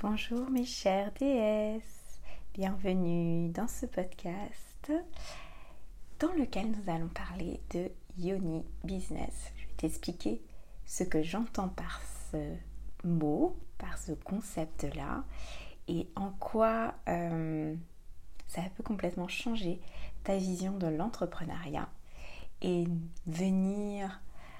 Bonjour mes chères déesses, bienvenue dans ce podcast dans lequel nous allons parler de Yoni Business. Je vais t'expliquer ce que j'entends par ce mot, par ce concept-là et en quoi ça peut complètement changer ta vision de l'entrepreneuriat et venir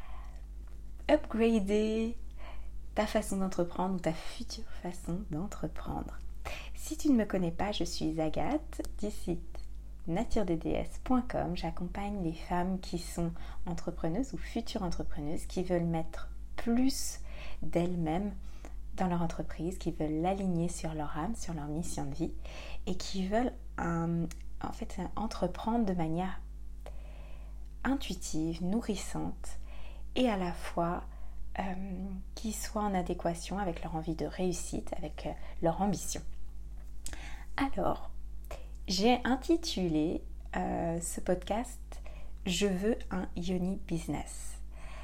upgrader ta façon d'entreprendre ou ta future façon d'entreprendre. Si tu ne me connais pas, je suis Agathe du site naturededds.com. J'accompagne les femmes qui sont entrepreneuses ou futures entrepreneuses qui veulent mettre plus d'elles-mêmes dans leur entreprise, qui veulent l'aligner sur leur âme, sur leur mission de vie et qui veulent entreprendre de manière intuitive, nourrissante et à la fois qui soient en adéquation avec leur envie de réussite, avec leur ambition. Alors, j'ai intitulé ce podcast « Je veux un Yoni Business ».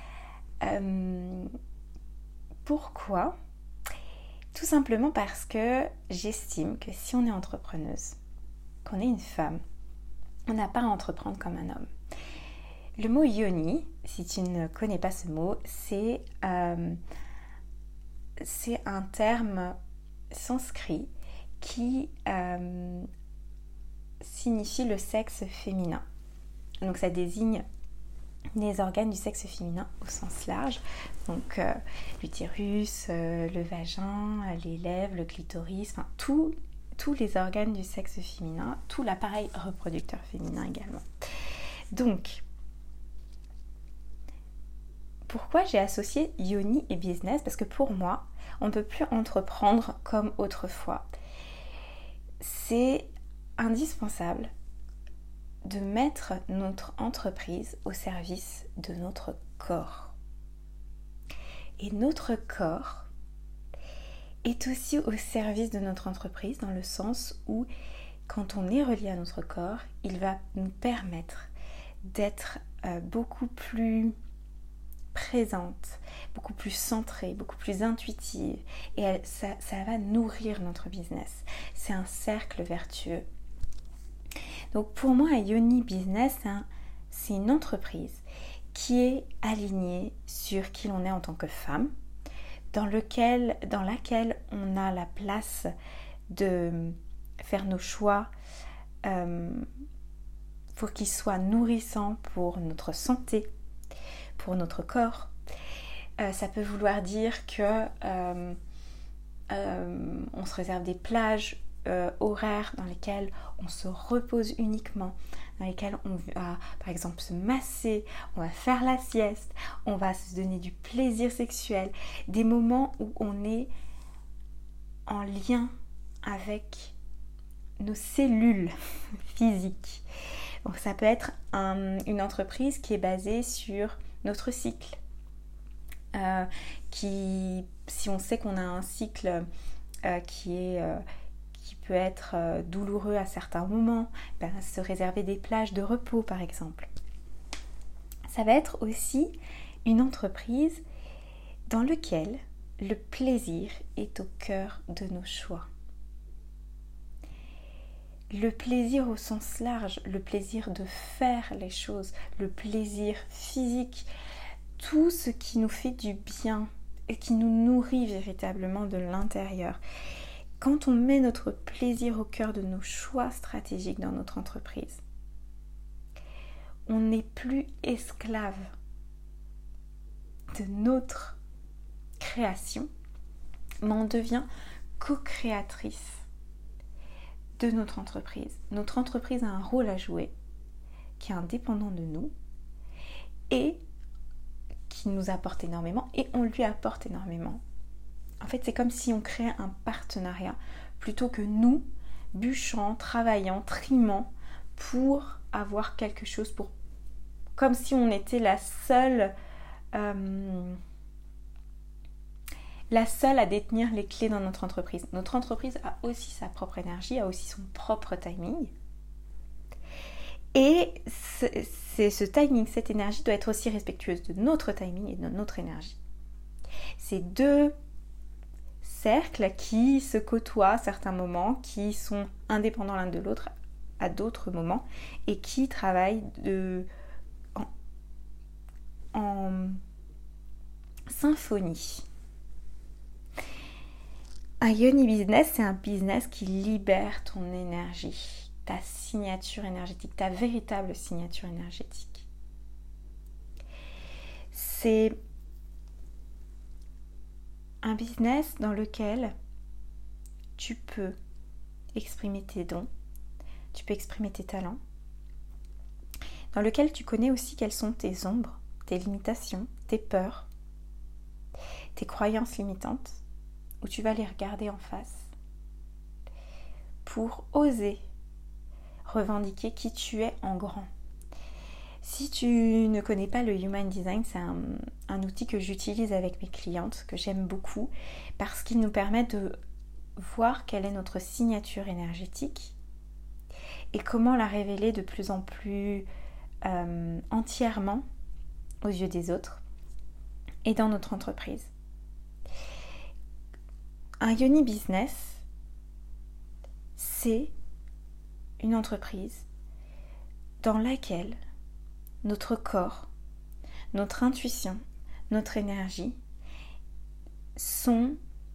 Pourquoi ? Tout simplement parce que j'estime que si on est entrepreneuse, qu'on est une femme, on n'a pas à entreprendre comme un homme. Le mot Yoni, si tu ne connais pas ce mot, c'est un terme sanskrit qui signifie le sexe féminin. Donc ça désigne les organes du sexe féminin au sens large. Donc l'utérus, le vagin, les lèvres, le clitoris, enfin tous les organes du sexe féminin, tout l'appareil reproducteur féminin également. Donc, pourquoi j'ai associé Yoni et business ? Parce que pour moi, on ne peut plus entreprendre comme autrefois. C'est indispensable de mettre notre entreprise au service de notre corps. Et notre corps est aussi au service de notre entreprise dans le sens où, quand on est relié à notre corps, il va nous permettre d'être beaucoup plus présente, beaucoup plus centrée, beaucoup plus intuitive et ça va nourrir notre business. C'est un cercle vertueux. Donc pour moi, Yoni Business, c'est une entreprise qui est alignée sur qui l'on est en tant que femme, dans laquelle on a la place de faire nos choix pour qu'ils soient nourrissants pour notre santé, pour notre corps. Ça peut vouloir dire que on se réserve des plages horaires dans lesquelles on se repose uniquement, dans lesquelles on va par exemple se masser, on va faire la sieste, on va se donner du plaisir sexuel, des moments où on est en lien avec nos cellules physiques. Donc ça peut être une entreprise qui est basée sur notre cycle, si on sait qu'on a un cycle qui peut être douloureux à certains moments, se réserver des plages de repos par exemple. Ça va être aussi une entreprise dans laquelle le plaisir est au cœur de nos choix. Le plaisir au sens large, le plaisir de faire les choses, le plaisir physique, tout ce qui nous fait du bien et qui nous nourrit véritablement de l'intérieur. Quand on met notre plaisir au cœur de nos choix stratégiques dans notre entreprise, on n'est plus esclave de notre création, mais on devient co-créatrice de notre entreprise. Notre entreprise a un rôle à jouer qui est indépendant de nous et qui nous apporte énormément et on lui apporte énormément. En fait, c'est comme si on créait un partenariat plutôt que nous, bûchant, travaillant, trimant pour avoir quelque chose, comme si on était la seule à détenir les clés dans notre entreprise. Notre entreprise a aussi sa propre énergie, a aussi son propre timing. Et ce timing, cette énergie doit être aussi respectueuse de notre timing et de notre énergie. Ces deux cercle qui se côtoient à certains moments, qui sont indépendants l'un de l'autre à d'autres moments et qui travaillent en symphonie. Un Yoni Business, c'est un business qui libère ton énergie, ta signature énergétique, ta véritable signature énergétique. C'est un business dans lequel tu peux exprimer tes dons, tu peux exprimer tes talents, dans lequel tu connais aussi quelles sont tes ombres, tes limitations, tes peurs, tes croyances limitantes, où tu vas les regarder en face pour oser revendiquer qui tu es en grand. Si tu ne connais pas le Human Design, c'est un outil que j'utilise avec mes clientes, que j'aime beaucoup, parce qu'il nous permet de voir quelle est notre signature énergétique et comment la révéler de plus en plus entièrement aux yeux des autres et dans notre entreprise. Un Yoni Business, c'est une entreprise dans laquelle notre corps, notre intuition, notre énergie sont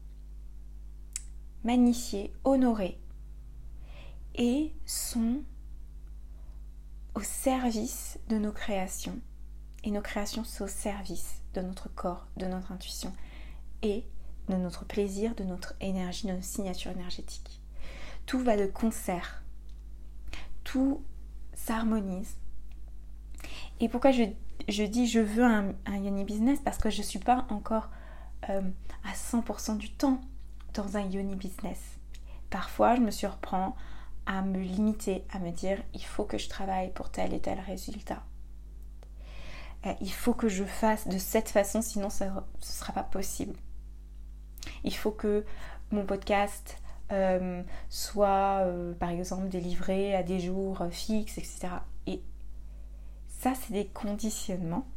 magnifiés, honorés et sont au service de nos créations. Et nos créations sont au service de notre corps, de notre intuition et de notre plaisir, de notre énergie, de notre signature énergétique. Tout va de concert. Tout s'harmonise. Et pourquoi je dis je veux un Yoni Business? Parce que je ne suis pas encore à 100% du temps dans un Yoni Business. Parfois, je me surprends à me limiter, à me dire il faut que je travaille pour tel et tel résultat. Il faut que je fasse de cette façon, sinon ce ne sera pas possible. Il faut que mon podcast soit, par exemple, délivré à des jours fixes, etc. Et ça, c'est des conditionnements.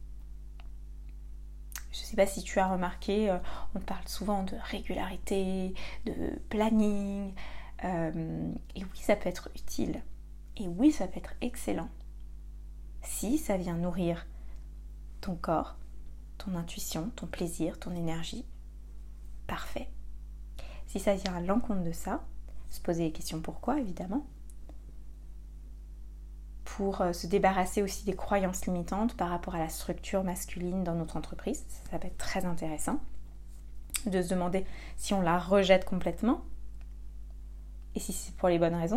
Je ne sais pas si tu as remarqué, on parle souvent de régularité, de planning. Et oui, ça peut être utile. Et oui, ça peut être excellent. Si ça vient nourrir ton corps, ton intuition, ton plaisir, ton énergie, parfait. Si ça vient à l'encontre de ça, se poser les questions pourquoi, évidemment, pour se débarrasser aussi des croyances limitantes par rapport à la structure masculine dans notre entreprise, ça peut être très intéressant, de se demander si on la rejette complètement, et si c'est pour les bonnes raisons,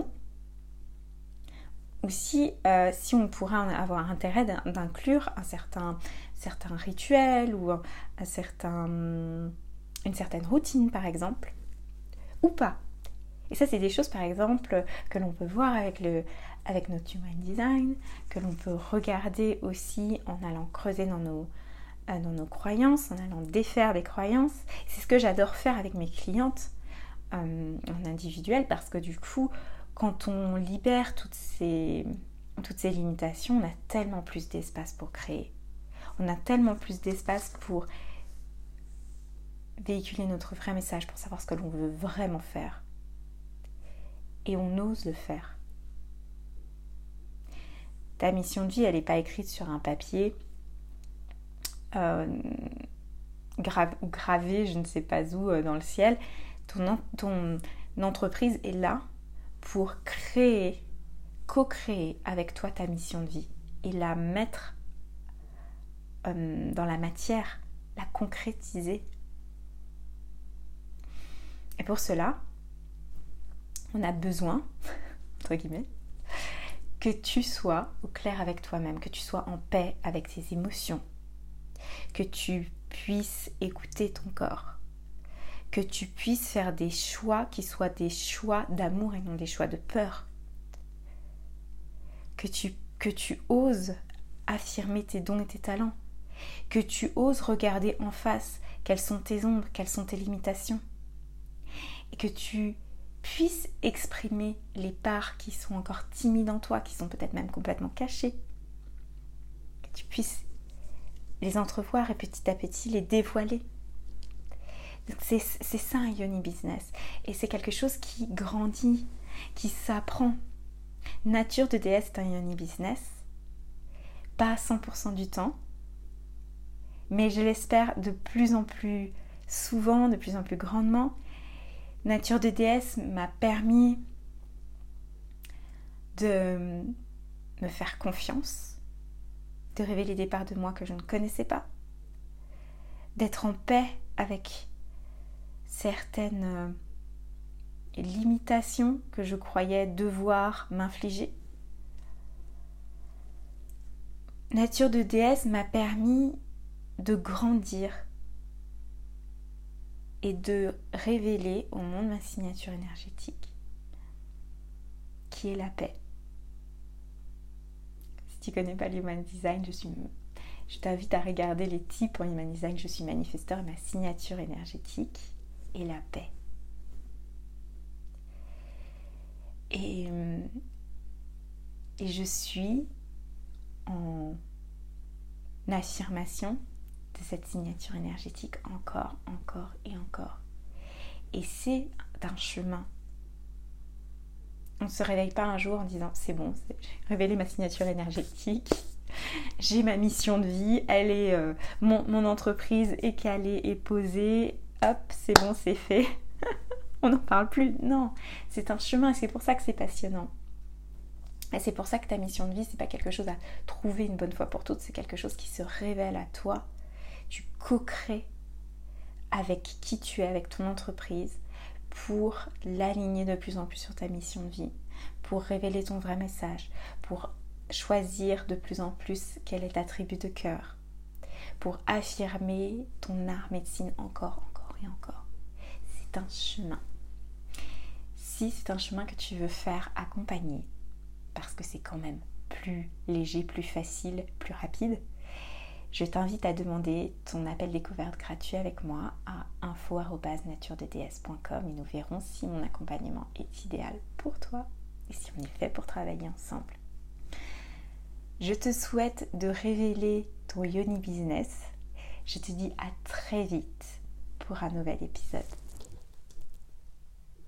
ou si on pourrait en avoir intérêt d'inclure un certain rituel ou une certaine routine par exemple, ou pas. Et ça, c'est des choses par exemple que l'on peut voir avec notre Human Design, que l'on peut regarder aussi en allant creuser dans nos croyances, en allant défaire des croyances. C'est ce que j'adore faire avec mes clientes en individuel, parce que du coup, quand on libère toutes ces limitations, on a tellement plus d'espace pour créer. On a tellement plus d'espace pour véhiculer notre vrai message, pour savoir ce que l'on veut vraiment faire. Et on ose le faire. Ta mission de vie, elle n'est pas écrite sur un papier gravée, je ne sais pas où, dans le ciel. Ton entreprise est là pour créer, co-créer avec toi ta mission de vie et la mettre dans la matière, la concrétiser. Et pour cela, on a besoin, entre guillemets, que tu sois au clair avec toi-même, que tu sois en paix avec tes émotions, que tu puisses écouter ton corps, que tu puisses faire des choix qui soient des choix d'amour et non des choix de peur, que tu oses affirmer tes dons et tes talents, que tu oses regarder en face quelles sont tes ombres, quelles sont tes limitations, et que tu puisses exprimer les parts qui sont encore timides en toi, qui sont peut-être même complètement cachées, que tu puisses les entrevoir et petit à petit les dévoiler. C'est ça un Yoni Business. Et c'est quelque chose qui grandit, qui s'apprend. Nature de déesse est un Yoni Business. Pas à 100% du temps. Mais je l'espère de plus en plus souvent, de plus en plus grandement. Nature de déesse m'a permis de me faire confiance, de révéler des parts de moi que je ne connaissais pas, d'être en paix avec certaines limitations que je croyais devoir m'infliger. Nature de déesse m'a permis de grandir et de révéler au monde ma signature énergétique, qui est la paix. Si tu ne connais pas l'Human Design, je t'invite à regarder les types en Human Design. Je suis manifesteur et ma signature énergétique est la paix. Et je suis en affirmation de cette signature énergétique encore et encore. Et c'est un chemin. On ne se réveille pas un jour en disant c'est bon, j'ai révélé ma signature énergétique, j'ai ma mission de vie, elle est mon entreprise est calée et posée, hop, c'est bon, c'est fait. On n'en parle plus. Non, c'est un chemin et c'est pour ça que c'est passionnant. Et c'est pour ça que ta mission de vie, c'est pas quelque chose à trouver une bonne fois pour toutes, c'est quelque chose qui se révèle à toi. Tu co-crées avec qui tu es, avec ton entreprise, pour l'aligner de plus en plus sur ta mission de vie, pour révéler ton vrai message, pour choisir de plus en plus quelle est ta tribu de cœur, pour affirmer ton art médecine encore et encore. C'est un chemin. Si c'est un chemin que tu veux faire accompagner, parce que c'est quand même plus léger, plus facile, plus rapide, je t'invite à demander ton appel découverte gratuit avec moi à info@naturededs.com et nous verrons si mon accompagnement est idéal pour toi et si on est fait pour travailler ensemble. Je te souhaite de révéler ton Yoni Business. Je te dis à très vite pour un nouvel épisode.